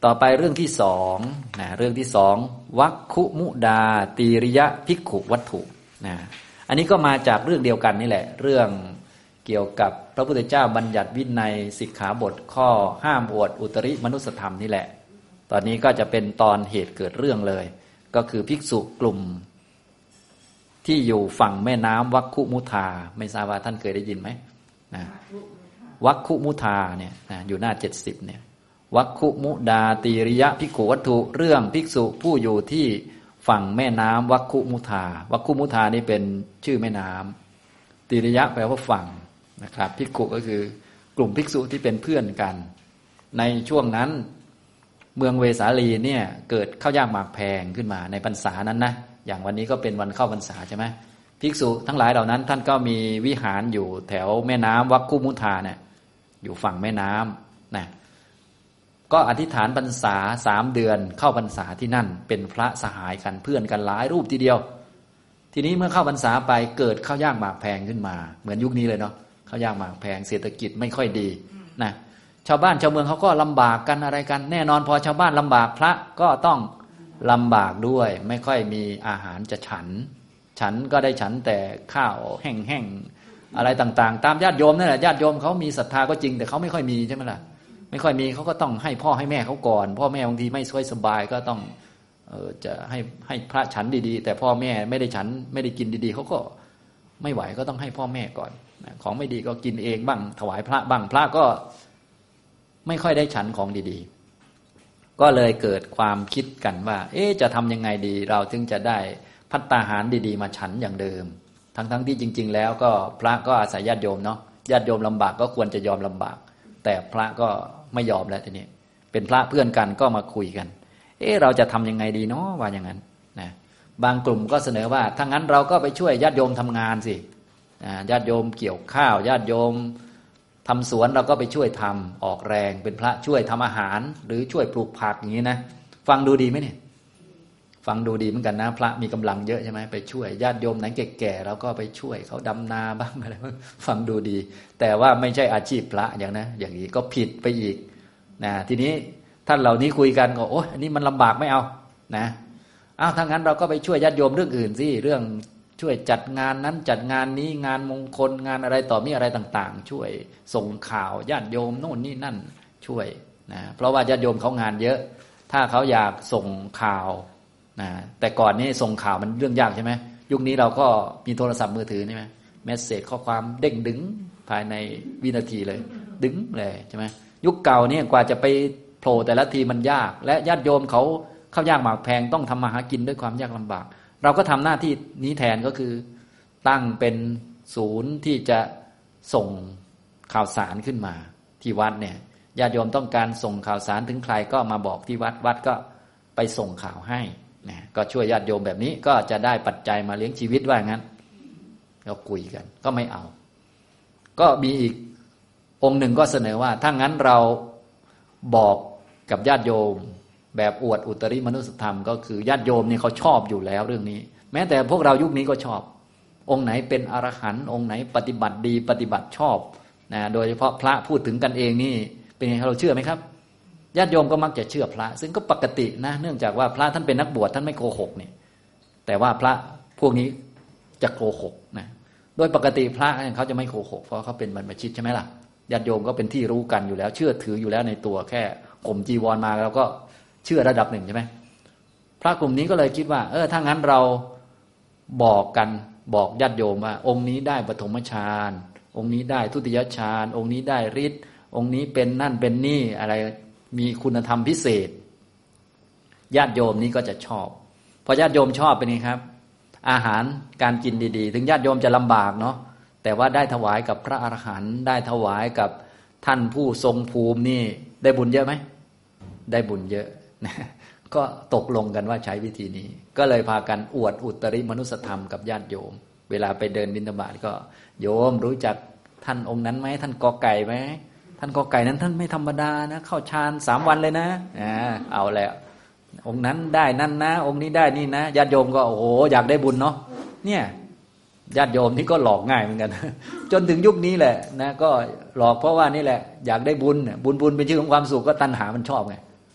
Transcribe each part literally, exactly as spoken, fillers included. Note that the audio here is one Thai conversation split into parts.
ต่อไปเรื่องที่สองนะเรื่องที่สองวัคคุมุดาตีริยะภิกขุวัตถุนะอันนี้ก็มาจากเรื่องเดียวกันนี่แหละเรื่องเกี่ยวกับพระพุทธเจ้าบัญญัติวินัยสิกขาบทข้อห้ามอวดอุตริมนุสธรรมนี่แหละตอนนี้ก็จะเป็นตอนเหตุเกิดเรื่องเลยก็คือภิกษุกลุ่มที่อยู่ฝั่งแม่น้ำวัคคุมุทาไม่ทราบว่าท่านเคยได้ยินไหมนะวัคคุมุทาเนี่ยนะอยู่หน้าเจ็ดสิบเนี่ยวัคคุมุดาตีริยะภิกขุวัตถุเรื่องภิกษุผู้อยู่ที่ฝั่งแม่น้ำวัคคุมุทาวัคคุมุทานี่เป็นชื่อแม่น้ำตีริยะแปลว่าฝั่งนะครับภิกขุก็คือกลุ่มภิกษุที่เป็นเพื่อนกันในช่วงนั้นเมืองเวสาลีเนี่ยเกิดข้าวยากหมากแพงขึ้นมาในพรรษานั้นนะอย่างวันนี้ก็เป็นวันเข้าพรรษาใช่ไหมภิกษุทั้งหลายเหล่านั้นท่านก็มีวิหารอยู่แถวแม่น้ำวัคคุมุทาเนี่ยอยู่ฝั่งแม่น้ำนะก็อธิษฐานพรรษาสามเดือนเข้าพรรษาที่นั่นเป็นพระสหายกันเพื่อนกันหลายรูปทีเดียวทีนี้เมื่อเข้าพรรษาไปเกิดข้าวยากหมากแพงขึ้นมาเหมือนยุคนี้เลยเนาะข้าวยากหมากแพงเศรษฐกิจไม่ค่อยดีนะชาวบ้านชาวเมืองเขาก็ลำบากกันอะไรกันแน่นอนพอชาวบ้านลำบากพระก็ต้องลำบากด้วยไม่ค่อยมีอาหารจะฉันฉันก็ได้ฉันแต่ข้าวแห้งๆอะไรต่างๆตามญาติโยมนั่นแหละญาติโยมเขามีศรัทธาก็จริงแต่เขาไม่ค่อยมีใช่ไหมล่ะไม่ค่อยมีเขาก็ต้องให้พ่อให้แม่เขาก่อนพ่อแม่บางทีไม่ช่วยสบายก็ต้องเออจะให้ให้พระฉันดีๆแต่พ่อแม่ไม่ได้ฉันไม่ได้กินดีๆเขาก็ไม่ไหวก็ต้องให้พ่อแม่ก่อนของไม่ดีก็กินเองบ้างถวายพระบ้างพระก็ไม่ค่อยได้ฉันของดีๆก็เลยเกิดความคิดกันว่าเอ๊ะจะทำยังไงดีเราถึงจะได้ภัตตาหารดีๆมาฉันอย่างเดิมทั้งๆที่จริงๆแล้วก็พระก็อาศัยญาติโยมเนาะญาติโยมลำบากก็ควรจะยอมลำบากแต่พระก็ไม่ยอมแล้วทีนี้เป็นพระเพื่อนกันก็มาคุยกันเอ๊ะเราจะทำยังไงดีเนาะว่าอย่างนั้นนะบางกลุ่มก็เสนอว่าถ้างั้นเราก็ไปช่วยญาติโยมทำงานสิญาติโยมเกี่ยวข้าวญาติโยมทำสวนเราก็ไปช่วยทำออกแรงเป็นพระช่วยทำอาหารหรือช่วยปลูกผักอย่างนี้นะฟังดูดีไหมเนี่ยฟังดูดีเหมือนกันนะพระมีกำลังเยอะใช่ไหมไปช่วยญาติโยมไหนแก่ๆเราก็ไปช่วยเขาดำนาบ้างอะไรฟังดูดีแต่ว่าไม่ใช่อาชีพพระอย่างนะอย่างนี้ก็ผิดไปอีกนะทีนี้ท่านเหล่านี้คุยกันก็โอ๊ยอันนี้มันลำบากไม่เอานะอ้าวถ้างั้นเราก็ไปช่วยญาติโยมเรื่องอื่นสิเรื่องช่วยจัดงานนั้นจัดงานนี้งานมงคลงานอะไรต่อมีอะไรต่างๆช่วยส่งข่าวญาติโยมโน่นนี่นั่นช่วยนะเพราะว่าญาติโยมเขางานเยอะถ้าเขาอยากส่งข่าวนะแต่ก่อนนี้ส่งข่าวมันเรื่องยากใช่ไหมยุคนี้เราก็มีโทรศัพท์มือถือใช่ไหมเมสเสจข้อความเด้งดึงภายในวินาทีเลยดึงเลยใช่ไหมยุคเก่านี่กว่าจะไปโผล่แต่ละทีมันยากและญาติโยมเขาเข้ายากหมากแพงต้องทำมาหากินด้วยความยากลำบากเราก็ทำหน้าที่นี้แทนก็คือตั้งเป็นศูนย์ที่จะส่งข่าวสารขึ้นมาที่วัดเนี่ยญาติโยมต้องการส่งข่าวสารถึงใครก็มาบอกที่วัดวัดก็ไปส่งข่าวให้นะก็ช่วยญาติโยมแบบนี้ก็จะได้ปัจจัยมาเลี้ยงชีวิตว่างั้นเราคุยกันก็ไม่เอาก็มีอีกองค์หนึ่งก็เสนอว่าถ้างั้นเราบอกกับญาติโยมแบบอวดอุตริมนุสธรรมก็คือญาติโยมนี่เขาชอบอยู่แล้วเรื่องนี้แม้แต่พวกเรายุคนี้ก็ชอบองค์ไหนเป็นอรหันต์องค์ไหนปฏิบัติดีปฏิบัติชอบนะโดยเฉพาะพระพูดถึงกันเองนี่เป็นไงเราเชื่อไหมครับญาติโยมก็มักจะเชื่อพระซึ่งก็ปกตินะเนื่องจากว่าพระท่านเป็นนักบวชท่านไม่โกหกนี่แต่ว่าพระพวกนี้จะโกหกนะโดยปกติพระเขาจะไม่โกหกเพราะเขาเป็นบรรพชิตใช่ไหมล่ะญาติโยมก็เป็นที่รู้กันอยู่แล้วเชื่อถืออยู่แล้วในตัวแค่ข่มจีวรมาแล้วก็เชื่อระดับหนึ่งใช่ไหมพระกลุ่มนี้ก็เลยคิดว่าเออถ้างั้นเราบอกกันบอกญาติโยมว่าองค์นี้ได้ปฐมฌานองค์นี้ได้ทุติยฌานองค์นี้ได้ฤทธิ์องค์นี้เป็นนั่นเป็นนี่อะไรมีคุณธรรมพิเศษญาติโยมนี้ก็จะชอบพอญาติโยมชอบเป็นไงครับอาหารการกินดีๆถึงญาติโยมจะลำบากเนาะแต่ว่าได้ถวายกับพระอรหันต์ได้ถวายกับท่านผู้ทรงภูมินี่ได้บุญเยอะไหมได้บุญเยอะก็ตกลงกันว่าใช้วิธีนี้ก็เลยพากันอวดอุตริมนุสธรรมกับญาติโยมเวลาไปเดินบิณฑบาตก็โยมรู้จักท่านองค์นั้นไหมท่านกอไก่ไหมท่านกอไก่นั้นท่านไม่ธรรมดานะเข้าฌานสามวันเลยนะอ่าเอาแล้วองค์นั้นได้นั่นนะองค์นี้ได้นี่นะญาติโยมก็โอ้โหอยากได้บุญเนาะเนี่ยญาติโยมนี่ก็หลอกง่ายเหมือนกันจนถึงยุคนี้แหละนะก็หลอกเพราะว่านี่แหละอยากได้บุญบุญบุญเป็นชื่อของความสุขก็ตัณหามันชอบไง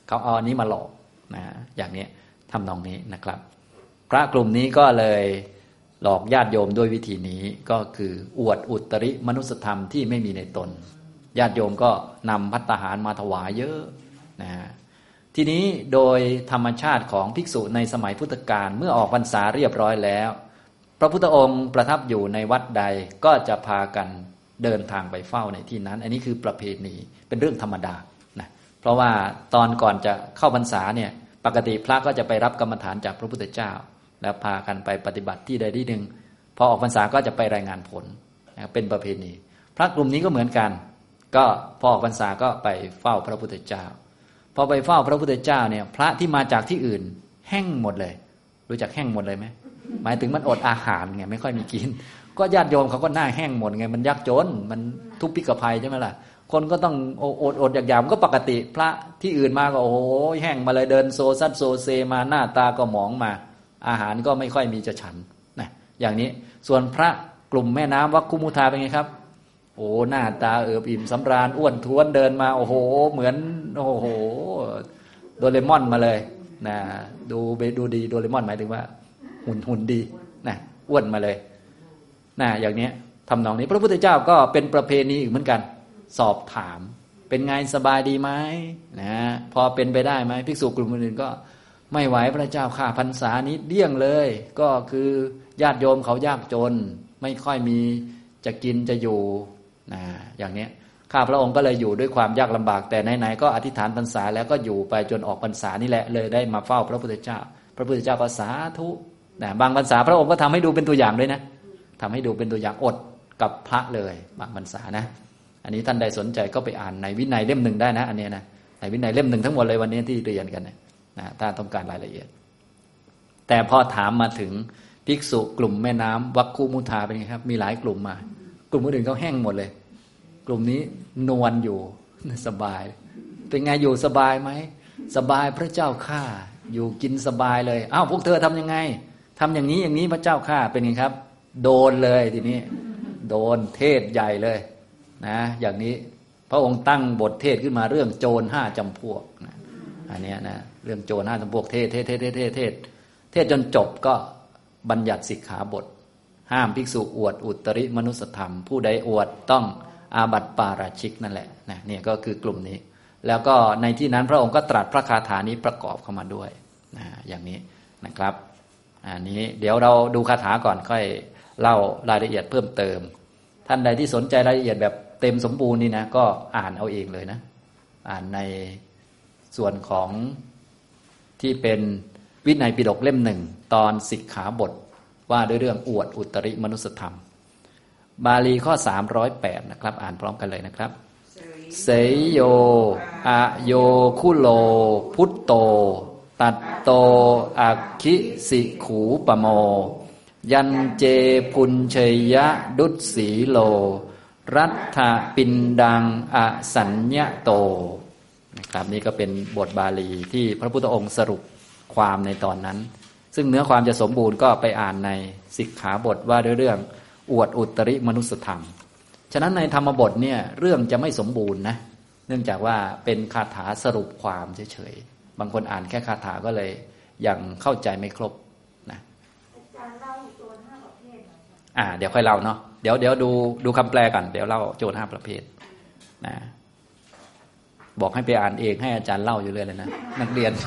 เขาเอาอันนี้มาหลอกนะอย่างนี้ทำนองนี้นะครับ พระกลุ่มนี้ก็เลยหลอกญาติโยมด้วยวิธีนี้ก็คืออวดอุตริมนุสธรรมที่ไม่มีในตนญาติโยมก็นำภัตตาหารมาถวายเยอะนะทีนี้โดยธรรมชาติของภิกษุในสมัยพุทธกาลเมื่อออกพรรษาเรียบร้อยแล้วพระพุทธองค์ประทับอยู่ในวัดใดก็จะพากันเดินทางไปเฝ้าในที่นั้นอันนี้คือประเพณีเป็นเรื่องธรรมดานะเพราะว่าตอนก่อนจะเข้าพรรษาเนี่ยปกติพระก็จะไปรับกรรมฐานจากพระพุทธเจ้าแล้วพากันไปปฏิบัติที่ใดที่หนึ่งพอออกพรรษาก็จะไปรายงานผลนะเป็นประเพณีพระกลุ่มนี้ก็เหมือนกันก็พอออกพรรษาก็ไปเฝ้าพระพุทธเจ้าพอไปเฝ้าพระพุทธเจ้าเนี่ยพระที่มาจากที่อื่นแห้งหมดเลยรู้จักแห้งหมดเลยไหมหมายถึงมันอดอาหารไงไม่ค่อยมีกินก็ญาติโยมเขาก็หน้าแห้งหมดไงมันยากจนมันทุพพิกภัยใช่ไหมล่ะคนก็ต้องอดอดอยากๆมันก็ปกติพระที่อื่นมาก็โอ้โหแห้งมาเลยเดินโซซัดโซเซมาหน้าตาก็หมองมาอาหารก็ไม่ค่อยมีจะฉันนะอย่างนี้ส่วนพระกลุ่มแม่น้ำวัคคุมุทาเป็นไงครับโอ้หน้าตาเอิบอิ่มสำราญอ้วนท้วนเดินมาโอ้โหเหมือนโอ้โหโดเรมอนมาเลยนะดูไปดูดีโดเรมอนหมายถึงว่าหุ่นหุ่นดีนะอ้วนมาเลยนะอย่างนี้ทำนองนี้พระพุทธเจ้าก็เป็นประเพณีเหมือนกันสอบถามเป็นไงสบายดีไหมนะพอเป็นไปได้ไหมภิกษุกลุ่มอื่นก็ไม่ไหวพระเจ้าข้าพรรษานี้เดี่ยงเลยก็คือญาติโยมเขายากจนไม่ค่อยมีจะกินจะอยู่นะอย่างนี้ข้าพระองค์ก็เลยอยู่ด้วยความยากลำบากแต่ไหนๆก็อธิษฐานพรรษาแล้วก็อยู่ไปจนออกพรรษานี่แหละเลยได้มาเฝ้าพระพุทธเจ้าพระพุทธเจ้าก็สาธุนะบางพรรษาพระองค์ก็ทำให้ดูเป็นตัวอย่างด้วยนะทำให้ดูเป็นตัวอย่างอดกับพระเลยบางพรรษานะอันนี้ท่านใดสนใจก็ไปอ่านในวินัยเล่มหนึ่งได้นะอันนี้นะในวินัยเล่มหนึ่งทั้งหมดเลยวันนี้ที่เรียนกันนะนะถ้าต้องการรายละเอียดแต่พอถามมาถึงภิกษุกลุ่มแม่น้ำวัคคุมุทาเป็นไงครับมีหลายกลุ่มมากลุ่มอื่นเขาแห้งหมดเลยกลุ่มนี้นวลอยู่สบายเป็นไงอยู่สบายไหมสบายพระเจ้าข้าอยู่กินสบายเลยอ้าวพวกเธอทำยังไงทำอย่างนี้อย่างนี้พระเจ้าข้าเป็นไงครับโดนเลยทีนี้โดนเทศใหญ่เลยนะอย่างนี้พระองค์ตั้งบทเทศขึ้นมาเรื่องโจรห้าจำพวกนะอันนี้นะเรื่องโจรห้าจำพวกเทศเทศเทศเทศเทศเทศเทศจนจบก็บัญญัติสิกขาบทห้ามภิกษุอวดอุตริมนุสธรรมผู้ใดอวดต้องอาบัติปาราชิกนั่นแหละนะนี่ก็คือกลุ่มนี้แล้วก็ในที่นั้นพระองค์ก็ตรัสพระคาถานี้ประกอบเข้ามาด้วยนะอย่างนี้นะครับอันนี้เดี๋ยวเราดูคาถาก่อนค่อยเล่ารายละเอียดเพิ่มเติมท่านใดที่สนใจรายละเอียดแบบเต็มสมบูรณ์นี่นะก็อ่านเอาเองเลยนะอ่านในส่วนของที่เป็นวินัยปิฎกเล่มหนึ่งตอนสิกขาบทว่าด้วยเรื่องอวดอุตริมนุสธรรมบาลีข้อสามร้อยแปดนะครับอ่านพร้อมกันเลยนะครับเสยโยอโยคุโลพุตโตตัตโตอักขิสิขูปโมยันเจพุญเชยะดุษสีโลรัตถปินดังอสัญญโตนะครับนี่ก็เป็นบทบาลีที่พระพุทธองค์สรุปความในตอนนั้นซึ่งเนื้อความจะสมบูรณ์ก็ไปอ่านในสิกขาบทว่าด้วยเรื่องอวดอุตริมนุสธรรมฉะนั้นในธรรมบทเนี่ยเรื่องจะไม่สมบูรณ์นะเนื่องจากว่าเป็นคาถาสรุปความเฉยๆบางคนอ่านแค่คาถาก็เลยยังเข้าใจไม่ครบนะอาจารย์เล่าโจรห้าประเภทอ่าเดี๋ยวค่อยเล่าเนาะเดี๋ยวเดี๋ยวดูดูคำแปลก่อนเดี๋ยวเล่าโจรห้าประเภทนะบอกให้ไปอ่านเองให้อาจารย์เล่าอยู่เรื่อยเลยนะนักเรียน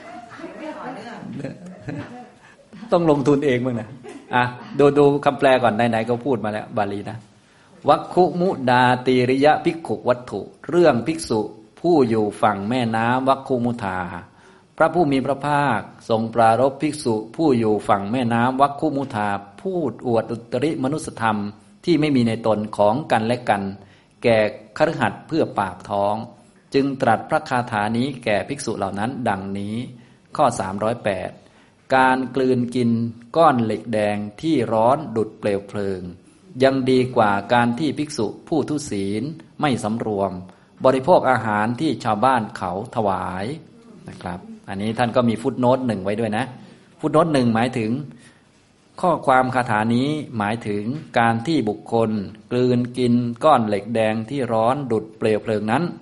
ต้องลงทุนเองบ้างนะอ่ะดูดูคำแปลก่อนไหนๆก็พูดมาแล้วบาลีนะวัคคุมุดาตีริยะภิกขุวัตถุเรื่องภิกษุผู้อยู่ฝั่งแม่น้ำวัคคุมุทาพระผู้มีพระภาคทรงปรารภภิกษุผู้อยู่ฝั่งแม่น้ำวัคคุมุทาพูดอวดอุตริมนุสธรรมที่ไม่มีในตนของกันและกันแก่คฤหัสถ์เพื่อปากท้องจึงตรัสพระคาถานี้แก่ภิกษุเหล่านั้นดังนี้ข้อสามร้อยแปดการกลืนกินก้อนเหล็กแดงที่ร้อนดุจเปลวเพลิงยังดีกว่าการที่ภิกษุผู้ทุศีลไม่สำรวมบริโภคอาหารที่ชาวบ้านเขาถวายนะครับอันนี้ท่านก็มีฟุตโนตหนึ่งไว้ด้วยนะฟุตโนตหนึ่งหมายถึงข้อความคาถานี้หมายถึงการที่บุคคลกลืนกินก้อนเหล็กแดงที่ร้อนดุจเปลวเพลิงนั้น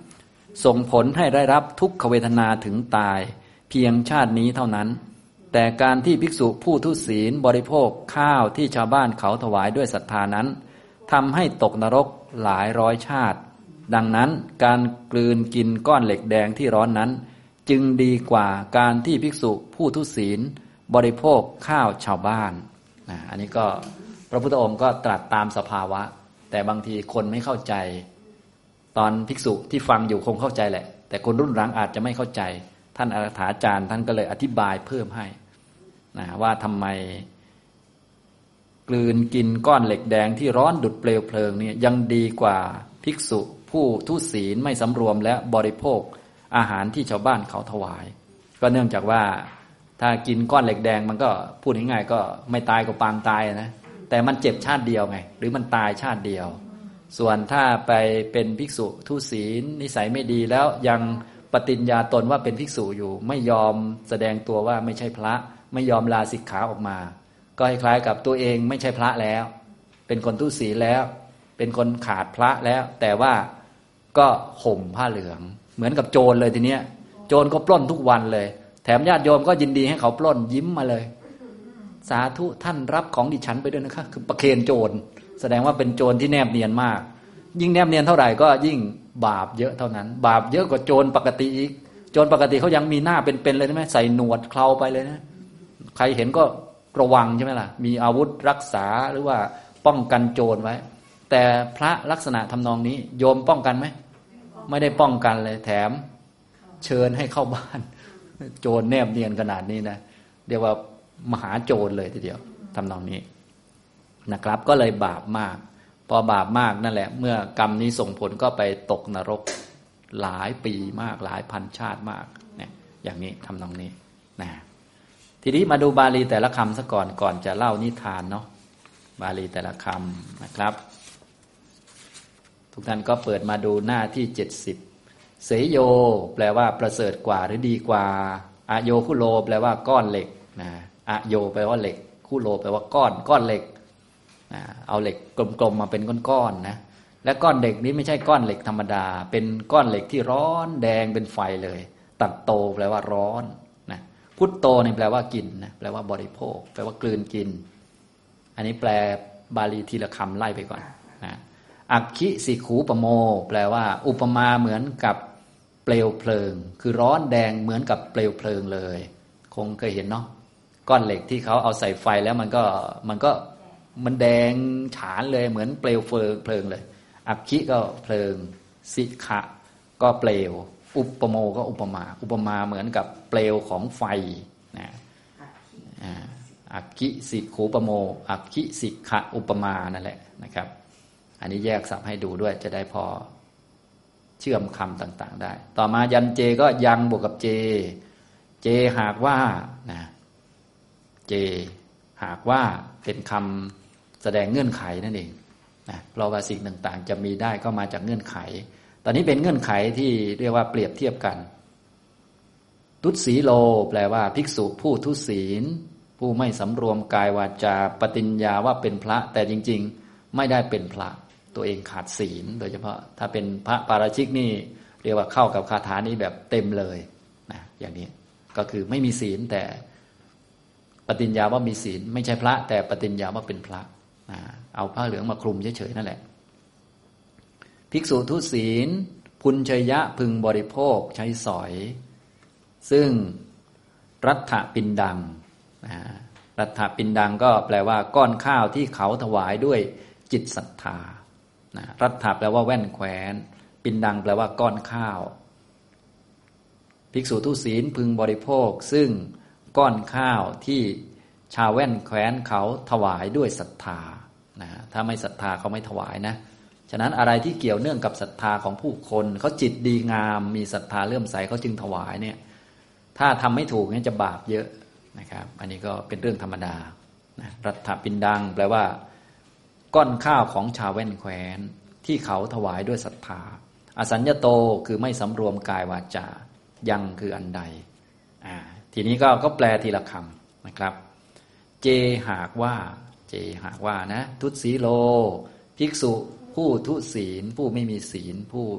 ส่งผลให้ได้รับทุกขเวทนาถึงตายเพียงชาตินี้เท่านั้นแต่การที่ภิกษุผู้ทุศีลบริโภคข้าวที่ชาวบ้านเขาถวายด้วยศรัทธานั้นทำให้ตกนรกหลายร้อยชาติดังนั้นการกลืนกินก้อนเหล็กแดงที่ร้อนนั้นจึงดีกว่าการที่ภิกษุผู้ทุศีลบริโภคข้าวชาวบ้านนะอันนี้ก็พระพุทธองค์ก็ตรัสตามสภาวะแต่บางทีคนไม่เข้าใจตอนภิกษุที่ฟังอยู่คงเข้าใจแหละแต่คนรุ่นหลังอาจจะไม่เข้าใจท่านอรถาจารย์ท่านก็เลยอธิบายเพิ่มให้นะว่าทำไมกลืนกินก้อนเหล็กแดงที่ร้อนดุจเปลวเพลิงเนี่ยยังดีกว่าภิกษุผู้ทุศีลไม่สำรวมและบริโภคอาหารที่ชาวบ้านเขาถวายก็เนื่องจากว่าถ้ากินก้อนเหล็กแดงมันก็พูดง่ายๆก็ไม่ตายก็ปางตายนะแต่มันเจ็บชาติเดียวไงหรือมันตายชาติเดียวส่วนถ้าไปเป็นภิกษุทุศีลนิสัยไม่ดีแล้วยังปฏิญญาตนว่าเป็นภิกษุอยู่ไม่ยอมแสดงตัวว่าไม่ใช่พระไม่ยอมลาสิกขาออกมาก็คล้ายๆกับตัวเองไม่ใช่พระแล้วเป็นคนทุศีลแล้วเป็นคนขาดพระแล้วแต่ว่าก็ห่มผ้าเหลืองเหมือนกับโจรเลยทีเนี้ยโจรก็ปล้นทุกวันเลยแถมญาติโยมก็ยินดีให้เขาปล้นยิ้มมาเลยสาธุท่านรับของดิฉันไปด้วยนะคะคือประเคนโจรแสดงว่าเป็นโจรที่แนบเนียนมากยิ่งแนบเนียนเท่าไหร่ก็ยิ่งบาปเยอะเท่านั้นบาปเยอะกว่าโจรปกติอีกโจรปกติเขายังมีหน้าเป็นๆเลยใช่ไหมใส่หนวดเคราไปเลยนะใครเห็นก็ระวังใช่ไหมล่ะมีอาวุธรักษาหรือว่าป้องกันโจรไว้แต่พระลักษณะทำนองนี้โยมป้องกันไหมไม่ได้ป้องกันเลยแถมเชิญให้เข้าบ้านโจรแนบเนียนขนาดนี้นะเรียกว่ามหาโจรเลยทีเดียวทำนองนี้นะครับก็เลยบาปมากพอบาปมากนั่นแหละเมื่อกรรมนี้ส่งผลก็ไปตกนรกหลายปีมากหลายพันชาติมากเนี่ยอย่างนี้ทำนองนี้นะทีนี้มาดูบาลีแต่ละคำซะก่อนก่อนจะเล่านิทานเนาะบาลีแต่ละคำนะครับทุกท่านก็เปิดมาดูหน้าที่เจ็ดสิบเสยโยแปลว่าประเสริฐกว่าหรือดีกว่าอโยคุโลแปลว่าก้อนเหล็กนะอโยแปลว่าเหล็กคุโลแปลว่าก้อนก้อนเหล็กนะเอาเหล็กกลมๆมาเป็นก้อนๆนะและก้อนเหล็กนี้ไม่ใช่ก้อนเหล็กธรรมดาเป็นก้อนเหล็กที่ร้อนแดงเป็นไฟเลยตัดโตแปลว่าร้อนนะพุทโตนี่แปลว่ากินนะแปลว่าบริโภคแปลว่ากลืนกินอันนี้แปลบาลีทีละคำไล่ไปก่อนนะอักขิสิขูปโมแปลว่าอุปมาเหมือนกับเปลวเพลิงคือร้อนแดงเหมือนกับเปลวเพลิงเลยคงเคยเห็นเนาะก้อนเหล็กที่เขาเอาใส่ไฟแล้วมันก็มันก็มันแดงฉานเลยเหมือนเปลวเพลิงเลยอักขิก็เพลิงสิขะก็เปลวอุปโมก็อุปมาอุปมาเหมือนกับเปลวของไฟนะอักขิสิขูปโมอักขิสิขะอุปมานั่นแหละนะครับอันนี้แยกศัพท์ให้ดูด้วยจะได้พอเชื่อมคำต่างๆได้ต่อมายันเจก็ยังบวกกับเจเจหากว่านะเจหากว่าเป็นคำแสดงเงื่อนไขนั่นเองนะเพราะว่าสิ่งต่างๆจะมีได้ก็มาจากเงื่อนไขตอนนี้เป็นเงื่อนไขที่เรียกว่าเปรียบเทียบกันทุศีโลแปลว่าภิกษุผู้ทุศีลผู้ไม่สำรวมกายวาจาปฏิญญาว่าเป็นพระแต่จริงๆไม่ได้เป็นพระตัวเองขาดศีลโดยเฉพาะถ้าเป็นพระปาราชิกนี่เรียกว่าเข้ากับคาถานี้แบบเต็มเลยนะอย่างนี้ก็คือไม่มีศีลแต่ปฏิญญาว่ามีศีลไม่ใช่พระแต่ปฏิญญาว่าเป็นพระนะเอาผ้าเหลืองมาคลุมเฉยๆนั่นแหละภิกษุทุศีลพุญชยะพึงบริโภคใช้สอยซึ่งรัฐปินดังนะรัฐปินดังก็แปลว่าก้อนข้าวที่เขาถวายด้วยจิตศรัทธานะรัฐแปลว่าแว่นแคว้นปินดังแปลว่าก้อนข้าวภิกษุทุศีลพึงบริโภคซึ่งก้อนข้าวที่ชาวแว่นแคว้นเขาถวายด้วยศรัทธานะถ้าไม่ศรัทธาเขาไม่ถวายนะฉะนั้นอะไรที่เกี่ยวเนื่องกับศรัทธาของผู้คนเขาจิตดีงามมีศรัทธาเลื่อมใสเขาจึงถวายเนี่ยถ้าทำไม่ถูกเนี่ยจะบาปเยอะนะครับอันนี้ก็เป็นเรื่องธรรมดานะรัฐปินดังแปลว่าก้อนข้าวของชาวแว่นแคว้นที่เขาถวายด้วยศรัทธาอสัญญโตคือไม่สำรวมกายวาจายังคืออันใดอ่าทีนี้ก็ก็แปลทีละคำนะครับเจหากว่าเจหากว่านะทุศีโลภิกษุผู้ทุศีลผู้ไม่มีศีลผู้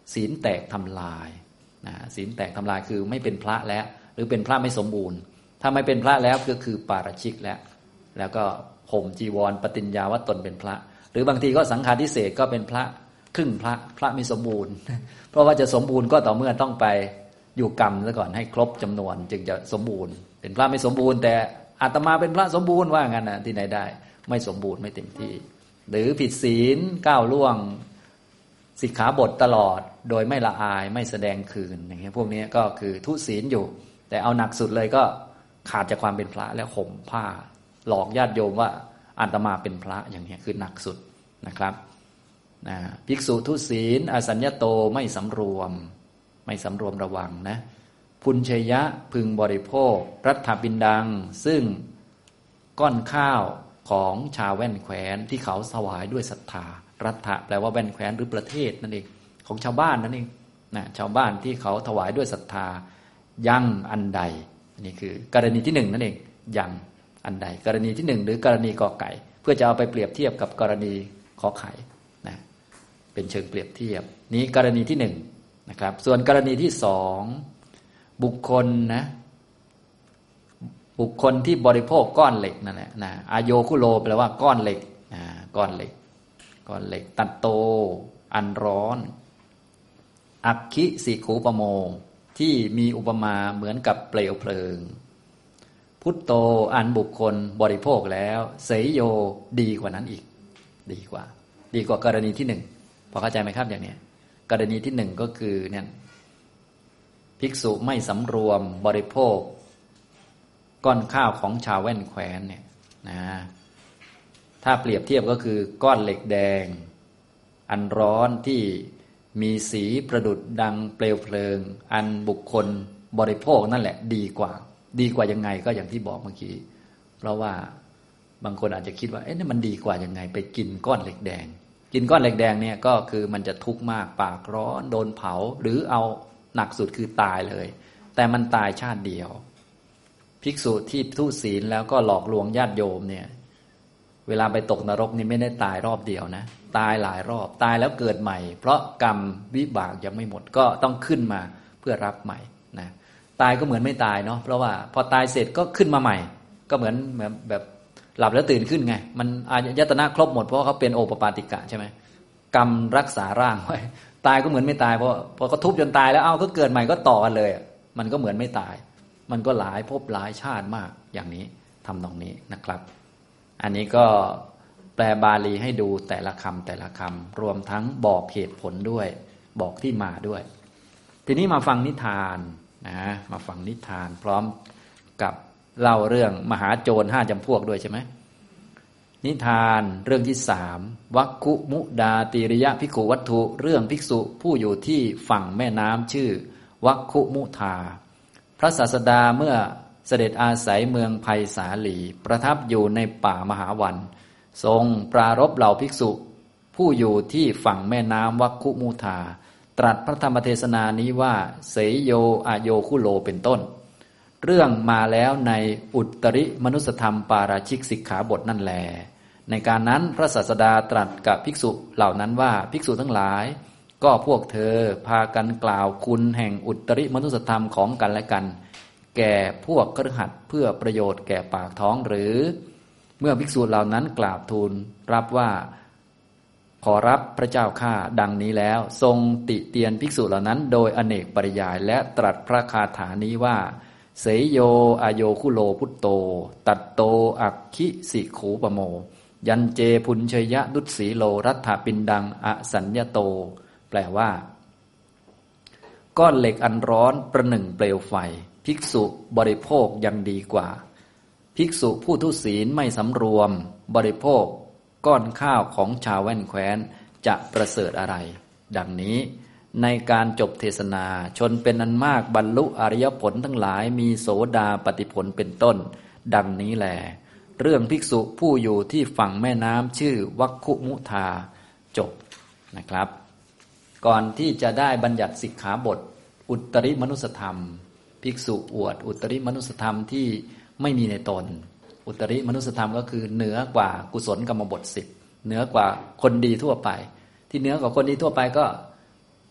ศีลแตกทำลายนะศีลแตกทำลายคือไม่เป็นพระแล้วหรือเป็นพระไม่สมบูรณ์ถ้าไม่เป็นพระแล้วก็คือปาราชิกแล้วแล้วก็ห่มจีวรปฏิญญาว่าตนเป็นพระหรือบางทีก็สังฆาทิเศษก็เป็นพระครึ่งพระพระไม่สมบูรณ์ เพราะว่าจะสมบูรณ์ก็ต่อเมื่อต้องไปอยู่กรรมซะก่อนให้ครบจำนวนจึงจะสมบูรณ์เป็นพระไม่สมบูรณ์แต่อาตมาเป็นพระสมบูรณ์ว่างั้นนะที่ไหนได้ไม่สมบูรณ์ไม่เต็มที่หรือผิดศีลก้าวล่วงสิกขาบทตลอดโดยไม่ละอายไม่แสดงคืนอย่างเงี้ยพวกนี้ก็คือทุศีลอยู่แต่เอาหนักสุดเลยก็ขาดจากความเป็นพระแล้วห่มผ้าหลอกญาติโยมว่าอาตมาเป็นพระอย่างเงี้ยคือหนักสุดนะครับนะภิกษุทุศีลอสัญญโตไม่สำรวมไม่สำรวมระวังนะพุนชยะพึงบริโภครัฐบินดังซึ่งก้อนข้าวของชาวแว่นแคว้นที่เขาถวายด้วยศรัทธารัฐะแปลว่าแว่นแคว้นหรือประเทศนั่นเองของชาวบ้านนั่นเองนะชาวบ้านที่เขาถวายด้วยศรัทธายังอันใดนี่คือกรณีที่หนึ่งนั่นเองยังอันใดกรณีที่หนึ่งหรือกรณีกอไก่เพื่อจะเอาไปเปรียบเทียบกับกรณีขอไข่นะเป็นเชิงเปรียบเทียบนี้กรณีที่หนึ่งนะครับส่วนกรณีที่สองบุคคลนะบุคคลที่บริโภคก้อนเหล็กนั่นแหละนะอโยคุโลแปลว่าก้อนเหล็กนะก้อนเหล็กก้อนเหล็กตัดโตอันร้อนอักขิสิขูปโมที่มีอุปมาเหมือนกับเปลวเพลิงพุทโตอันบุคคลบริโภคแล้วเสยโยดีกว่านั้นอีกดีกว่าดีกว่ากรณีที่หนึ่งพอเข้าใจไหมครับอย่างนี้กรณีที่หนึ่งก็คือเนี่ยภิกษุไม่สำรวมบริโภคก้อนข้าวของชาวแว่นแคว้นเนี่ยนะถ้าเปรียบเทียบก็คือก้อนเหล็กแดงอันร้อนที่มีสีประดุจดังเปลวเพลิงอันบุคคลบริโภคนั่นแหละดีกว่าดีกว่ายังไงก็อย่างที่บอกเมื่อกี้เพราะว่าบางคนอาจจะคิดว่าเอ๊ะนี่มันดีกว่ายังไงไปกินก้อนเหล็กแดงกินก้อนเหล็กแดงเนี่ยก็คือมันจะทุกข์มากปากร้อนโดนเผาหรือเอาหนักสุดคือตายเลยแต่มันตายชาติเดียวภิกษุที่ทุศีลแล้วก็หลอกลวงญาติโยมเนี่ยเวลาไปตกนรกนี่ไม่ได้ตายรอบเดียวนะตายหลายรอบตายแล้วเกิดใหม่เพราะกรรมวิบากยังไม่หมดก็ต้องขึ้นมาเพื่อรับใหม่นะตายก็เหมือนไม่ตายเนาะเพราะว่าพอตายเสร็จก็ขึ้นมาใหม่ก็เหมือนเหมือนแบบหลับแล้วตื่นขึ้นไงมันอายตนะครบหมดเพราะเขาเป็นโอปปาติกะใช่ไหมกรรมรักษาร่างไว้ตายก็เหมือนไม่ตายเพราะพอเขาทุบจนตายแล้วเอาก็เกิดใหม่ก็ต่อกันเลยมันก็เหมือนไม่ตายมันก็หลายภพหลายชาติมากอย่างนี้ทำตรงนี้นะครับอันนี้ก็แปลบาลีให้ดูแต่ละคำแต่ละคำรวมทั้งบอกเหตุผลด้วยบอกที่มาด้วยทีนี้มาฟังนิทานนะมาฟังนิทานพร้อมกับเล่าเรื่องมหาโจรห้าจำพวกด้วยใช่ไหมนิทานเรื่องที่สามวัคคุมุดาติริยะภิกขุวัตถุเรื่องภิกษุผู้อยู่ที่ฝั่งแม่น้ำชื่อวัคคุมุทาพระศาสดาเมื่อเสด็จอาศัยเมืองไผ่สาลีประทับอยู่ในป่ามหาวันทรงปรารภเหล่าภิกษุผู้อยู่ที่ฝั่งแม่น้ำวัคคุมุทาตรัสพระธรรมเทศนานี้ว่าเสยโยอโยคุโลเป็นต้นเรื่องมาแล้วในอุตริมนุสธรรมปาราชิกสิกขาบทนั่นแลในการนั้นพระศาสดาตรัสกับภิกษุเหล่านั้นว่าภิกษุทั้งหลายก็พวกเธอพากันกล่าวคุณแห่งอุตริมนุสธรรมของกันและกันแก่พวกคฤหัสถ์เพื่อประโยชน์แก่ปากท้องหรือเมื่อภิกษุเหล่านั้นกราบทูลรับว่าขอรับพระเจ้าข้าดังนี้แล้วทรงติเตียนภิกษุเหล่านั้นโดยอเนกปริยายและตรัสพระคาถานี้ว่าเสยโยอโยคุโลพุตโตตัตโตอักขิสิขูปโมยันเจพุนชยะดุสีโลรัฐปินดังอสัญญโตแปลว่าก้อนเหล็กอันร้อนประหนึ่งเปลวไฟภิกษุบริโภคยังดีกว่าภิกษุผู้ทุศีลไม่สำรวมบริโภคก้อนข้าวของชาวแว่นแคว้นจะประเสริฐอะไรดังนี้ในการจบเทศนาชนเป็นอันมากบรรลุอริยผลทั้งหลายมีโสดาปัตติผลเป็นต้นดังนี้แลเรื่องภิกษุผู้อยู่ที่ฝั่งแม่น้ำชื่อวัคคุมุทาจบนะครับก่อนที่จะได้บัญญัติสิกขาบทอุตริมนุสธรรมภิกษุอวดอุตริมนุสธรรมที่ไม่มีในตนอุตริมนุสธรรมก็คือเหนือกว่ากุศลกรรมบทสิบเหนือกว่าคนดีทั่วไปที่เหนือกว่าคนดีทั่วไปก็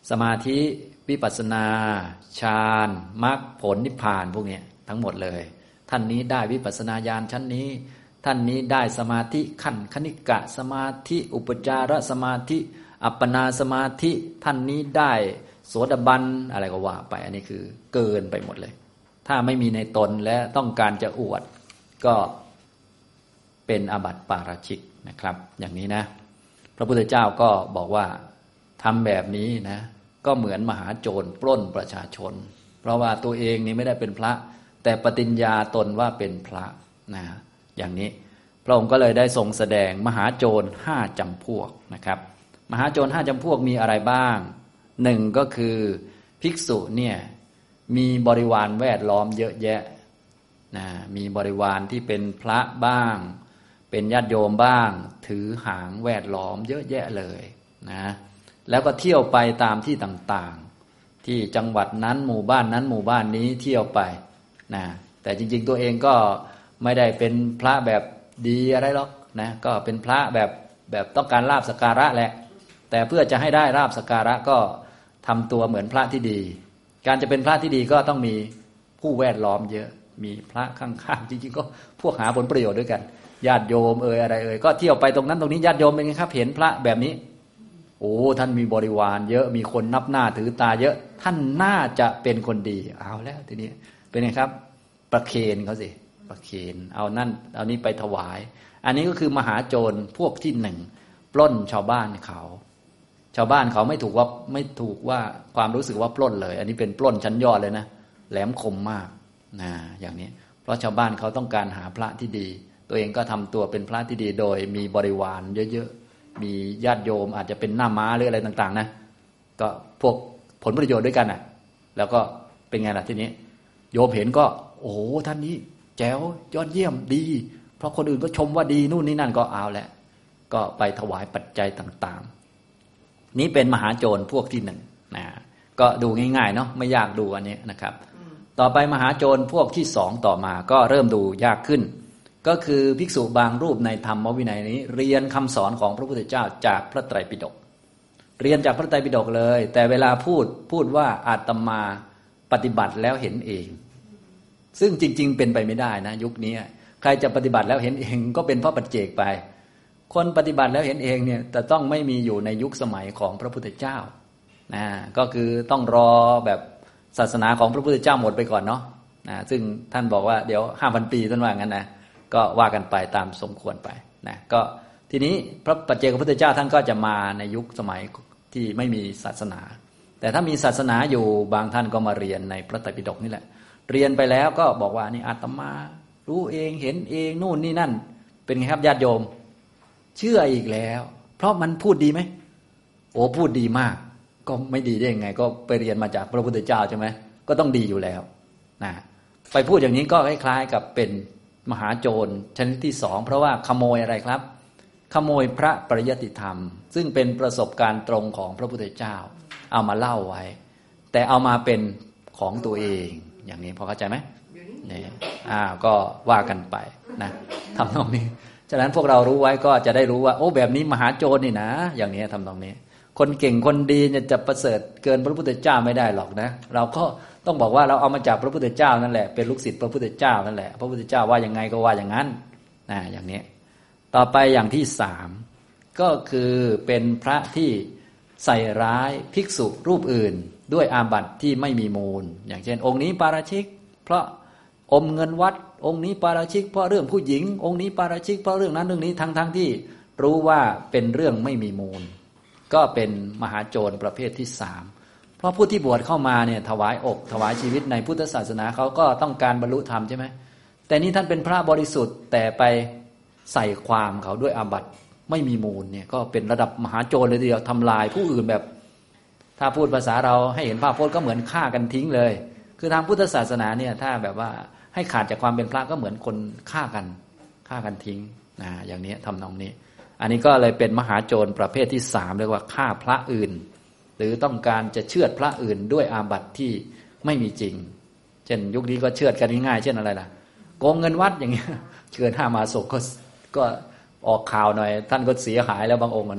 สมาธิวิปัสสนาฌานมรรคผลนิพพานพวกนี้ทั้งหมดเลยท่านนี้ได้วิปัสสนาญาณชั้นนี้ท่านนี้ได้สมาธิขั้นคณิกะสมาธิอุปจารสมาธิอัปปนาสมาธิท่านนี้ได้โสดาบันอะไรก็ว่าไปอันนี้คือเกินไปหมดเลยถ้าไม่มีในตนและต้องการจะอวดก็เป็นอาบัติปาราชิกนะครับอย่างนี้นะพระพุทธเจ้าก็บอกว่าทำแบบนี้นะก็เหมือนมหาโจรปล้นประชาชนเพราะว่าตัวเองนี่ไม่ได้เป็นพระแต่ปฏิญญาตนว่าเป็นพระนะอย่างนี้พระองค์ก็เลยได้ทรงแสดงมหาโจรห้าจำพวกนะครับมหาโจรห้าจำพวกมีอะไรบ้างหนึ่งก็คือภิกษุเนี่ยมีบริวารแวดล้อมเยอะแยะนะมีบริวารที่เป็นพระบ้างเป็นญาติโยมบ้างถือหางแวดล้อมเยอะแยะเลยนะแล้วก็เที่ยวไปตามที่ต่างๆที่จังหวัดนั้นหมู่บ้านนั้นหมู่บ้านนี้เที่ยวไปนะแต่จริงๆตัวเองก็ไม่ได้เป็นพระแบบดีอะไรหรอกนะก็เป็นพระแบบแบบต้องการลาภสักการะแหละแต่เพื่อจะให้ได้ลาภสักการะก็ทำตัวเหมือนพระที่ดีการจะเป็นพระที่ดีก็ต้องมีผู้แวดล้อมเยอะมีพระข้างๆจริงๆก็พวกหาผลประโยชน์ด้วยกันญาติโยมเอ่ยอะไรเอ่ยก็เที่ยวไปตรงนั้นตรงนี้ญาติโยมเป็นไงครับเห็นพระแบบนี้โอ้ท่านมีบริวารเยอะมีคนนับหน้าถือตาเยอะท่านน่าจะเป็นคนดีเอาแล้วทีนี้เป็นไงครับประเคนเขาสิประเคนเอานั่นเอานี้ไปถวายอันนี้ก็คือมหาโจรพวกที่หนึ่งปล้นชาวบ้านเขาชาวบ้านเขาไม่ถูกว่าไม่ถูกว่าความรู้สึกว่าปล้นเลยอันนี้เป็นปล้นชั้นยอดเลยนะแหลมคมมากนะอย่างนี้เพราะชาวบ้านเขาต้องการหาพระที่ดีตัวเองก็ทำตัวเป็นพระที่ดีโดยมีบริวารเยอะๆมีญาติโยมอาจจะเป็นหน้าม้าหรืออะไรต่างๆนะก็พวกผลประโยชน์ด้วยกันอ่ะแล้วก็เป็นไงล่ะทีนี้โยมเห็นก็โอ้โหท่านนี้แจ๋วยอดเยี่ยมดีเพราะคนอื่นก็ชมว่าดีนู่นนี่นั่นก็เอาแหละก็ไปถวายปัจจัยต่างๆนี้เป็นมหาโจรพวกที่หนึ่งนะก็ดูง่ายๆเนาะไม่ยากดูอันนี้นะครับต่อไปมหาโจรพวกที่สองต่อมาก็เริ่มดูยากขึ้นก็คือภิกษุบางรูปในธรรมวินัยนี้เรียนคำสอนของพระพุทธเจ้าจากพระไตรปิฎกเรียนจากพระไตรปิฎกเลยแต่เวลาพูดพูดว่าอาตมาปฏิบัติแล้วเห็นเองซึ่งจริงๆเป็นไปไม่ได้นะยุคนี้ใครจะปฏิบัติแล้วเห็นเองก็เป็นเพราะปัจเจกไปคนปฏิบัติแล้วเห็นเองเนี่ยแต่ต้องไม่มีอยู่ในยุคสมัยของพระพุทธเจ้านะก็คือต้องรอแบบศาสนาของพระพุทธเจ้าหมดไปก่อนเนาะนะซึ่งท่านบอกว่าเดี๋ยวห้าพันปีท่านว่างั้นนะก็ว่ากันไปตามสมควรไปนะก็ทีนี้พระปัจเจกพุทธเจ้าท่านก็จะมาในยุคสมัยที่ไม่มีศาสนาแต่ถ้ามีศาสนาอยู่บางท่านก็มาเรียนในพระไตรปิฎกนี่แหละเรียนไปแล้วก็บอกว่านี่อาตมารู้เองเห็นเองนู่นนี่นั่นเป็นไงครับญาติโยมเชื่ออีกแล้วเพราะมันพูดดีไหมโอ้พูดดีมากก็ไม่ดีได้ยังไงก็ไปเรียนมาจากพระพุทธเจ้าใช่ไหมก็ต้องดีอยู่แล้วนะไปพูดอย่างนี้ก็คล้ายๆกับเป็นมหาโจรชนิดที่สองเพราะว่าขโมยอะไรครับขโมยพระปริยัติธรรมซึ่งเป็นประสบการณ์ตรงของพระพุทธเจ้าเอามาเล่าไว้แต่เอามาเป็นของตัวเองอย่างนี้พอเข้าใจไหมนี่อ่าก็ว่ากันไปนะทำตรงนี้ฉะนั้นพวกเรารู้ไว้ก็จะได้รู้ว่าโอ้แบบนี้มหาโจรนี่นะอย่างนี้ทำตรงนี้คนเก่งคนดีเนี่ยจะประเสริฐเกินพระพุทธเจ้าไม่ได้หรอกนะเราก็ต้องบอกว่าเราเอามาจากพระพุทธเจ้านั่นแหละเป็นลูกศิษย์พระพุทธเจ้านั่นแหละพระพุทธเจ้าว่ายังไงก็ว่าอย่างนั้นนะอย่างนี้ต่อไปอย่างที่สามก็คือเป็นพระที่ใส่ร้ายภิกษุรูปอื่นด้วยอาบัติที่ไม่มีมูลอย่างเช่นองค์นี้ปาราชิกเพราะอมเงินวัดองค์นี้ปาราชิกเพราะเรื่องผู้หญิงองค์นี้ปาราชิกเพราะเรื่องนั้นเรื่องนี้ทั้งๆ ท, ที่รู้ว่าเป็นเรื่องไม่มีมูลก็เป็นมหาโจรประเภทที่สามเพราะผู้ที่บวชเข้ามาเนี่ยถวายอกถวายชีวิตในพุทธศาสนาเขาก็ต้องการบรรลุธรรมใช่ไหมแต่นี่ท่านเป็นพระบริสุทธิ์แต่ไปใส่ความเขาด้วยอาบัติไม่มีมูลเนี่ยก็เป็นระดับมหาโจรเลยทีเดียวทำลายผู้อื่นแบบถ้าพูดภาษาเราให้เห็นภาพพจน์ก็เหมือนฆ่ากันทิ้งเลยคือทางพุทธศาสนาเนี่ยถ้าแบบว่าให้ขาดจากความเป็นพระก็เหมือนคนฆ่ากันฆ่ากันทิ้งนะอย่างนี้ทำนองนี้อันนี้ก็เลยเป็นมหาโจรประเภทที่สามเรียกว่าฆ่าพระอื่นหรือต้องการจะเชือดพระอื่นด้วยอาบัติที่ไม่มีจริงเช่นยุคนี้ก็เชือดกันง่ายๆเช่นอะไรล่ะโกงเงินวัดอย่างเงี้ยเชือดห้ามาศกก็ก็ออกข่าวหน่อยท่านก็เสียหายแล้วบางองค์นะ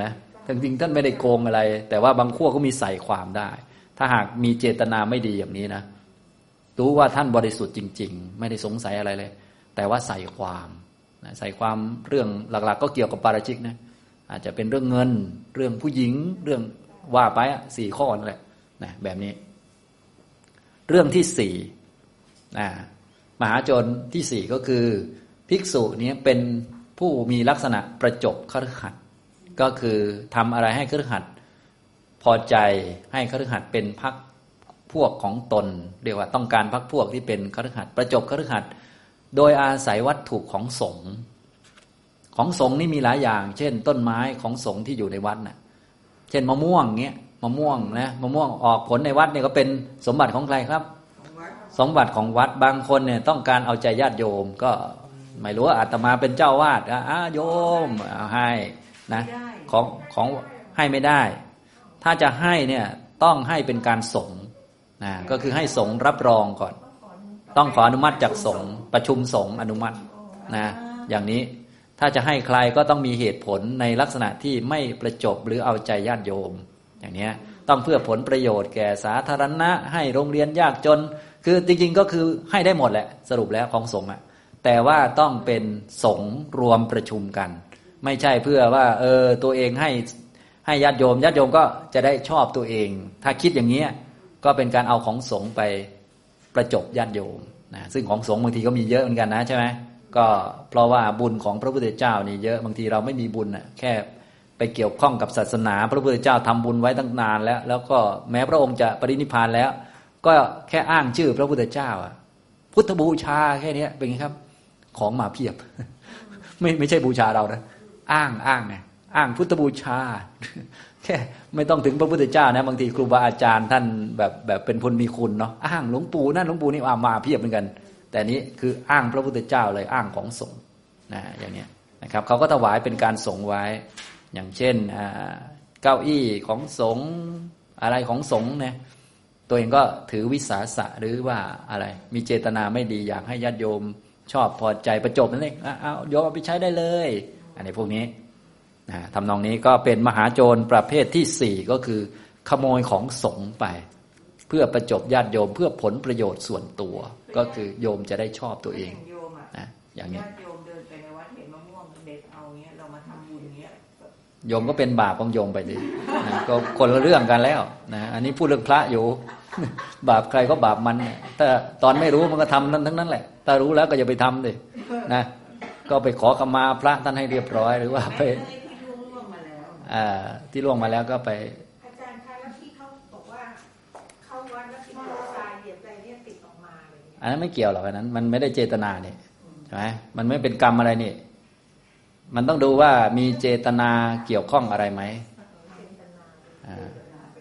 จริงๆท่านไม่ได้โกงอะไรแต่ว่าบางขั้วก็มีใส่ความได้ถ้าหากมีเจตนาไม่ดีอย่างนี้นะรู้ว่าท่านบริสุทธิ์จริงๆไม่ได้สงสัยอะไรเลยแต่ว่าใส่ความใส่ความเรื่องหลักๆก็เกี่ยวกับปาราชิกนะอาจจะเป็นเรื่องเงินเรื่องผู้หญิงเรื่องว่าไปอ่ะสี่ข้อนั่นแหละนะแบบนี้เรื่องที่สี่มหาโจรที่สี่ก็คือภิกษุนี้เป็นผู้มีลักษณะประจบคฤหัสถ์ก็คือทำอะไรให้คฤหัสถ์พอใจให้คฤหัสถ์เป็นพรรคพวกของตนเรียกว่าต้องการพรรคพวกที่เป็นคฤหัสถ์ประจบคฤหัสถ์โดยอาศัยวัตถุของสงฆ์ของสงฆ์นี่มีหลายอย่างเช่นต้นไม้ของสงฆ์ที่อยู่ในวัดน่ะเช่นมะม่วงเงี้ยมะม่วงนะมะม่วงออกผลในวัดเนี่ยก็เป็นสมบัติของใครครับสมบัติของวัดบางคนเนี่ยต้องการเอาใจญาติโยมก็ไม่รู้ว่าอาตมาเป็นเจ้าวาดอ่ะโยมเอาให้นะของของให้ไม่ได้ถ้าจะให้เนี่ยต้องให้เป็นการสงฆ์นะก็คือให้สงฆ์รับรองก่อนต้องขออนุมัติจากสงฆ์ประชุมสงฆ์อนุมัตินะอย่างนี้ถ้าจะให้ใครก็ต้องมีเหตุผลในลักษณะที่ไม่ประจบหรือเอาใจญาติโยมอย่างนี้ต้องเพื่อผลประโยชน์แก่สาธารณะให้โรงเรียนยากจนคือจริงๆก็คือให้ได้หมดแหละสรุปแล้วของสงฆ์อะแต่ว่าต้องเป็นสงฆ์รวมประชุมกันไม่ใช่เพื่อว่าเออตัวเองให้ให้ญาติโยมญาติโยมก็จะได้ชอบตัวเองถ้าคิดอย่างนี้ก็เป็นการเอาของสงฆ์ไปประจบญาติโยมนะซึ่งของสงฆ์บางทีก็มีเยอะเหมือนกันนะใช่ไหมก็เพราะว่าบุญของพระพุทธเจ้านี่เยอะบางทีเราไม่มีบุญน่ะแค่ไปเกี่ยวข้องกับศาสนาพระพุทธเจ้าทำบุญไว้ตั้งนานแล้วแล้วก็แม้พระองค์จะปรินิพพานแล้วก็แค่อ้างชื่อพระพุทธเจ้าอ่ะพุทธบูชาแค่นี้เป็นไงครับของมาเพียบ ไม่ไม่ใช่บูชาเรานะอ้างอ้างไงอ้างพุทธบูชา แค่ไม่ต้องถึงพระพุทธเจ้านะบางทีครูบาอาจารย์ท่านแบบแบบเป็นคนมีคุณเนาะอ้างหลวงปู่นั่นหลวงปู่นี่มาเพียบเหมือนกันแต่นี้คืออ้างพระพุทธเจ้าเลยอ้างของสงฆ์นะอย่างนี้นะครับเขาก็ถวายเป็นการสงฆ์ไว้อย่างเช่นเก้าอี้ของสงฆ์อะไรของสงฆ์เนี่ยตัวเองก็ถือวิสาสะหรือว่าอะไรมีเจตนาไม่ดีอยากให้ญาติโยมชอบพอใจประจบนั่นเองเอาโยมเอาไปใช้ได้เลยอันนี้พวกนี้นะทำนองนี้ก็เป็นมหาโจรประเภทที่สี่ก็คือขโมยของสงฆ์ไปเพื่อประจบญาติโยมเพื่อผลประโยชน์ส่วนตัวก็คือโยมจะได้ชอบตัวเองนะอย่างนี้โยมเดินไปในวัดเห็นมะม่วงเด็ดเอาเงี้ยเรามาทำบุญเงี้ยโยมก็เป็นบาปของโยมไปดินะก็คนละเรื่องกันแล้วนะอันนี้พูดเรื่องพระอยู่บาปใครก็บาปมันถ้าตอนไม่รู้มันก็ทำนั้นทั้งนั้นแหละถ้ารู้แล้วก็อย่าไปทำดินะก็ไปขอขมาพระท่านให้เรียบร้อยหรือว่าไปอ่าที่ล่วงมาแล้วก็ไปอาจารย์คะแล้วที่เขาบอกว่าเข้าวัดแล้วที่เขาตายเหยียบใจเนี่ยติดออกมาอะไรอย่างเงี้ยอันนั้นไม่เกี่ยวหรอกอันนั้นมันไม่ได้เจตนานี่ใช่ไหมมันไม่เป็นกรรมอะไรนี่มันต้องดูว่ามีเจตนาเกี่ยวข้องอะไรไหมอ่า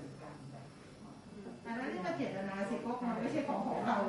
อันนั้นก็เจตนาสิเพราะมันไม่ใช่ของของเรา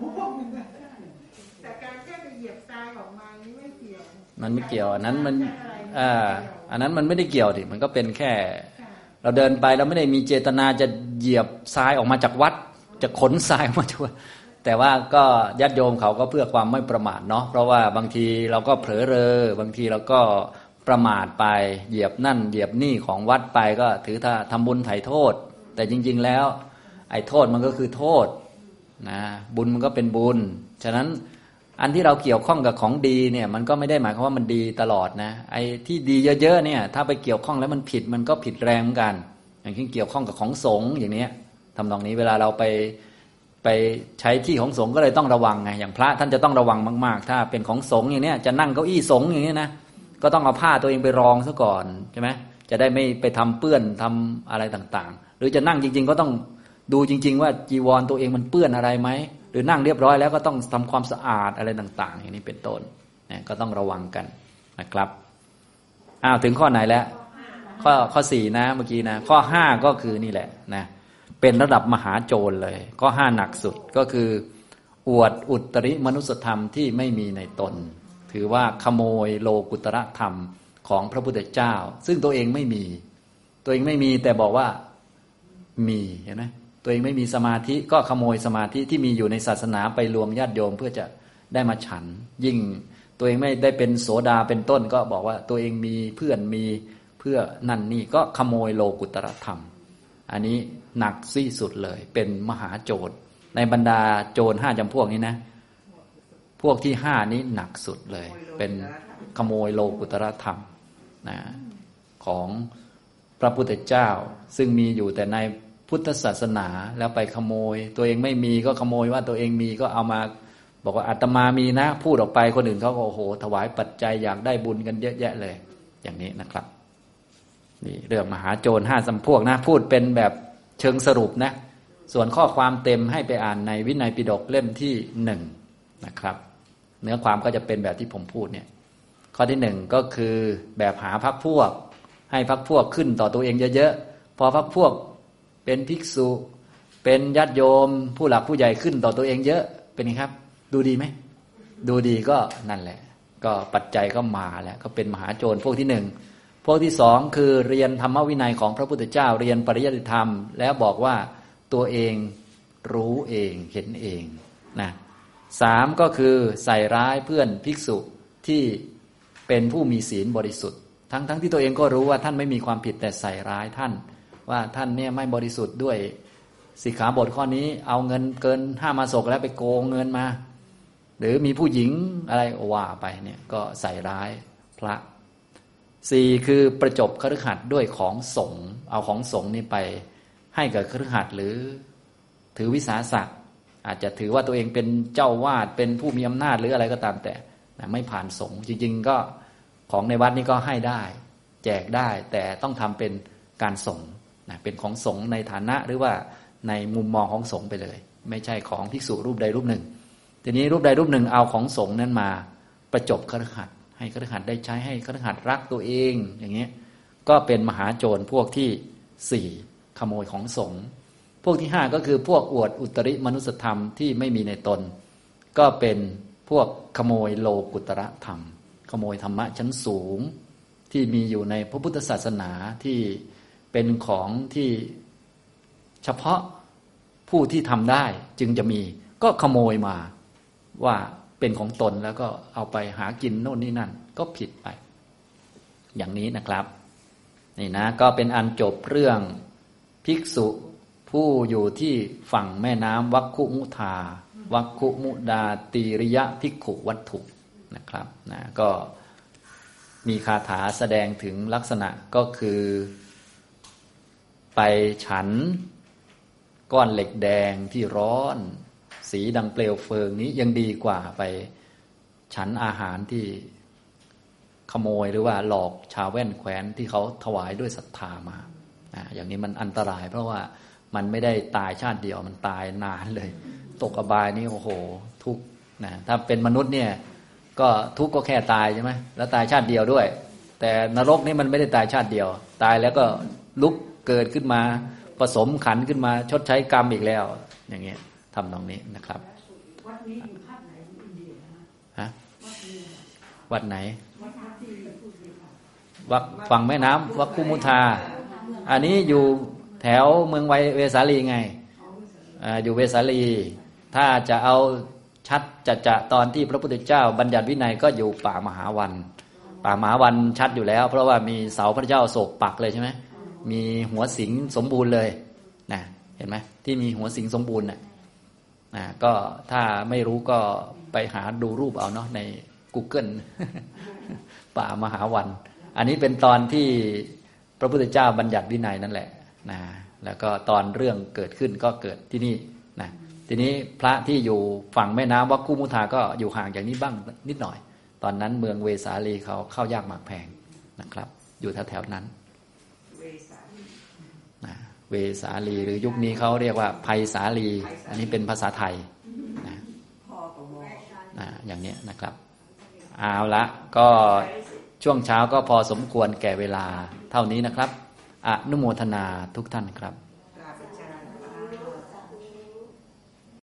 แต่การแค่ไปเหยียบทรายออกมานี่ไม่เกี่ยวมันไม่เกี่ยวอันนั้นมันอ่าอันนั้นมันไม่ได้เกี่ยวดิมันก็เป็นแค่เราเดินไปเราไม่ได้มีเจตนาจะเหยียบทรายออกมาจากวัดจะขนทรายออกมาจากวัดแต่ว่าก็ญาติโยมเขาก็เพื่อความไม่ประมาทเนาะเพราะว่าบางทีเราก็เผลอเรอบางทีเราก็ประมาทไปเหยียบนั่นเหยียบนี่ของวัดไปก็ถือถ้าทำบุญไถ่โทษแต่จริงๆแล้วไอ้โทษมันก็คือโทษนะบุญมันก็เป็นบุญฉะนั้นอันที่เราเกี่ยวข้องกับของดีเนี่ยมันก็ไม่ได้หมายความว่ามันดีตลอดนะไอ้ที่ดีเยอะๆเนี่ยถ้าไปเกี่ยวข้องแล้วมันผิดมันก็ผิดแรงเหมือนกันอย่างเช่นเกี่ยวข้องกับของสงฆ์อย่างนี้ทำตรงนี้เวลาเราไปไปใช้ที่ของสงฆ์ก็เลยต้องระวังไงอย่างพระท่านจะต้องระวังมากๆถ้าเป็นของสงฆ์อย่างนี้จะนั่งเก้าอี้สงฆ์อย่างนี้นะก็ต้องเอาผ้าตัวเองไปรองซะก่อนใช่ไหมจะได้ไม่ไปทำเปื้อนทำอะไรต่างๆหรือจะนั่งจริงๆก็ต้องดูจริงๆว่าจีวรตัวเองมันเปื้อนอะไรไหมหรือนั่งเรียบร้อยแล้วก็ต้องทำความสะอาดอะไรต่างๆอย่างนี้เป็นต้นนะก็ต้องระวังกันนะครับอ้าวถึงข้อไหนแล้วข้อข้อสี่นะเมื่อกี้นะข้อห้าก็คือนี่แหละนะเป็นระดับมหาโจรเลยข้อห้าหนักสุดก็คืออวดอุตริมนุสธรรมที่ไม่มีในตนถือว่าขโมยโลกุตระธรรมของพระพุทธเจ้าซึ่งตัวเองไม่มีตัวเองไม่มีแต่บอกว่ามีเห็นไหมตัวเองไม่มีสมาธิก็ขโมยสมาธิที่มีอยู่ในศาสนาไปลวงญาติโยมเพื่อจะได้มาฉันยิ่งตัวเองไม่ได้เป็นโสดาเป็นต้นก็บอกว่าตัวเองมีเพื่อนมีเพื่พื่อนั่นนี่ก็ขโมยโลกุตรธรรมอันนี้หนักที่สุดเลยเป็นมหาโจรในบรรดาโจรห้าจำพวกนี้นะพวกที่ห้านี้หนักสุดเลยเป็นขโมยโลกุตรธรรมนะของพระพุทธเจ้าซึ่งมีอยู่แต่ในพุทธศาสนาแล้วไปขโมยตัวเองไม่มีก็ขโมยว่าตัวเองมีก็เอามาบอกว่าอาตมามีนะพูดออกไปคนอื่นเขาก็โอ้โหถวายปัจจัยอยากได้บุญกันเยอะแยะเลยอย่างนี้นะครับนี่เรื่องมหาโจรห้าจำพวกนะพูดเป็นแบบเชิงสรุปนะส่วนข้อความเต็มให้ไปอ่านในวินัยปิฎกเล่มที่หนึ่งนะครับเนื้อความก็จะเป็นแบบที่ผมพูดเนี่ยข้อที่หนึ่งก็คือแบบหาพรรคพวกให้พรรคพวกขึ้นต่อตัวเองเยอะๆพอพรรคพวกเป็นภิกษุเป็นญาติโยมผู้หลักผู้ใหญ่ขึ้นต่อตัวเองเยอะเป็นไงครับดูดีไหมดูดีก็นั่นแหละก็ปัจจัยก็มาแล้วก็เป็นมหาโจรพวกที่หนึ่งพวกที่สองคือเรียนธรรมวินัยของพระพุทธเจ้าเรียนปริยัติธรรมแล้วบอกว่าตัวเองรู้เองเห็นเองนะสามก็คือใส่ร้ายเพื่อนภิกษุที่เป็นผู้มีศีลบริสุทธิ์ทั้งทั้งที่ตัวเองก็รู้ว่าท่านไม่มีความผิดแต่ใส่ร้ายท่านว่าท่านเนี่ยไม่บริสุทธิ์ด้วยสิกขาบทข้อนี้เอาเงินเกินห้ามาศกแล้วไปโกงเงินมาหรือมีผู้หญิงอะไรว่าไปเนี่ยก็ใส่ร้ายพระสี่คือประจบคฤหัสถ์ด้วยของสงฆ์เอาของสงฆ์นี่ไปให้กับคฤหัสถ์หรือถือวิสาสะอาจจะถือว่าตัวเองเป็นเจ้าวาดเป็นผู้มีอำนาจหรืออะไรก็ตามแต่นะไม่ผ่านสงฆ์จริงๆก็ของในวัดนี่ก็ให้ได้แจกได้แต่ต้องทำเป็นการสงฆ์นะเป็นของสงฆ์ในฐานะหรือว่าในมุมมองของสงฆ์ไปเลยไม่ใช่ของภิกษุรูปใดรูปหนึ่งทีนี้รูปใดรูปหนึ่งเอาของสงฆ์นั้นมาประจบคฤหัสถ์ให้คฤหัสถ์ได้ใช้ให้คฤหัสถ์รักตัวเองอย่างเงี้ยก็เป็นมหาโจรพวกที่สี่ขโมยของสงฆ์พวกที่ห้าก็คือพวกอวดอุตริมนุสธรรมที่ไม่มีในตนก็เป็นพวกขโมยโลกุตระธรรมขโมยธรรมะชั้นสูงที่มีอยู่ในพระพุทธศาสนาที่เป็นของที่เฉพาะผู้ที่ทำได้จึงจะมีก็ขโมยมาว่าเป็นของตนแล้วก็เอาไปหากินโน่นนี่นั่นก็ผิดไปอย่างนี้นะครับนี่นะก็เป็นอันจบเรื่องภิกษุผู้อยู่ที่ฝั่งแม่น้ำวัคคุมุทาวัคคุมุดาตีริยะภิกขุวัตถุนะครับนะก็มีคาถาแสดงถึงลักษณะก็คือไปฉันก้อนเหล็กแดงที่ร้อนสีดังเปลวเพลิงนี้ยังดีกว่าไปฉันอาหารที่ขโมยหรือว่าหลอกชาวแว่นแคว้นที่เขาถวายด้วยศรัทธามาอ่าอย่างนี้มันอันตรายเพราะว่ามันไม่ได้ตายชาติเดียวมันตายนานเลยตกอบายนี่โอ้โหทุกข์นะถ้าเป็นมนุษย์เนี่ยก็ทุกข์ก็แค่ตายใช่ไหมแล้วตายชาติเดียวด้วยแต่นรกนี่มันไม่ได้ตายชาติเดียวตายแล้วก็ลุกเกิดขึ้นมาผสมขันขึ้นมาชดใช้กรรมอีกแล้วอย่างเงี้ยทำตรงนี้นะครับวัดนี้อยู่ภาคไหนอินเดียฮะวัดไหนวัดฝั่งแม่น้ำวัคคุมุทาอันนี้อยู่แถวเมืองไวเวสาลีไงอ่าอยู่เวสาลีถ้าจะเอาชัดจะจะตอนที่พระพุทธเจ้าบัญญัติวินัยก็อยู่ป่ามหาวันป่ามหาวันชัดอยู่แล้วเพราะว่ามีเสาพระเจ้าโศกปักเลยใช่ไหมมีหัวสิงสมบูรณ์เลยนะเห็นไหมที่มีหัวสิงสมบูรณ์น่ะนะก็ถ้าไม่รู้ก็ไปหาดูรูปเอาเนาะใน Google ป่ามหาวันอันนี้เป็นตอนที่พระพุทธเจ้าบัญญัติวินัยนั่นแหละนะแล้วก็ตอนเรื่องเกิดขึ้นก็เกิดที่นี่นะทีนี้พระที่อยู่ฝั่งแม่น้ำวัคคุมุทาก็อยู่ห่างจากนี้บ้างนิดหน่อยตอนนั้นเมืองเวสาลีเขาเข้ายากหมากแพงนะครับอยู่แถวๆนั้นนะเวสาลีหรือยุคนี้เขาเรียกว่าไพศาลีอันนี้เป็นภาษาไทยนะนะอย่างนี้นะครับเอาละก็ช่วงเช้าก็พอสมควรแก่เวลาเท่านี้นะครับอนุโมทนาทุกท่านครับ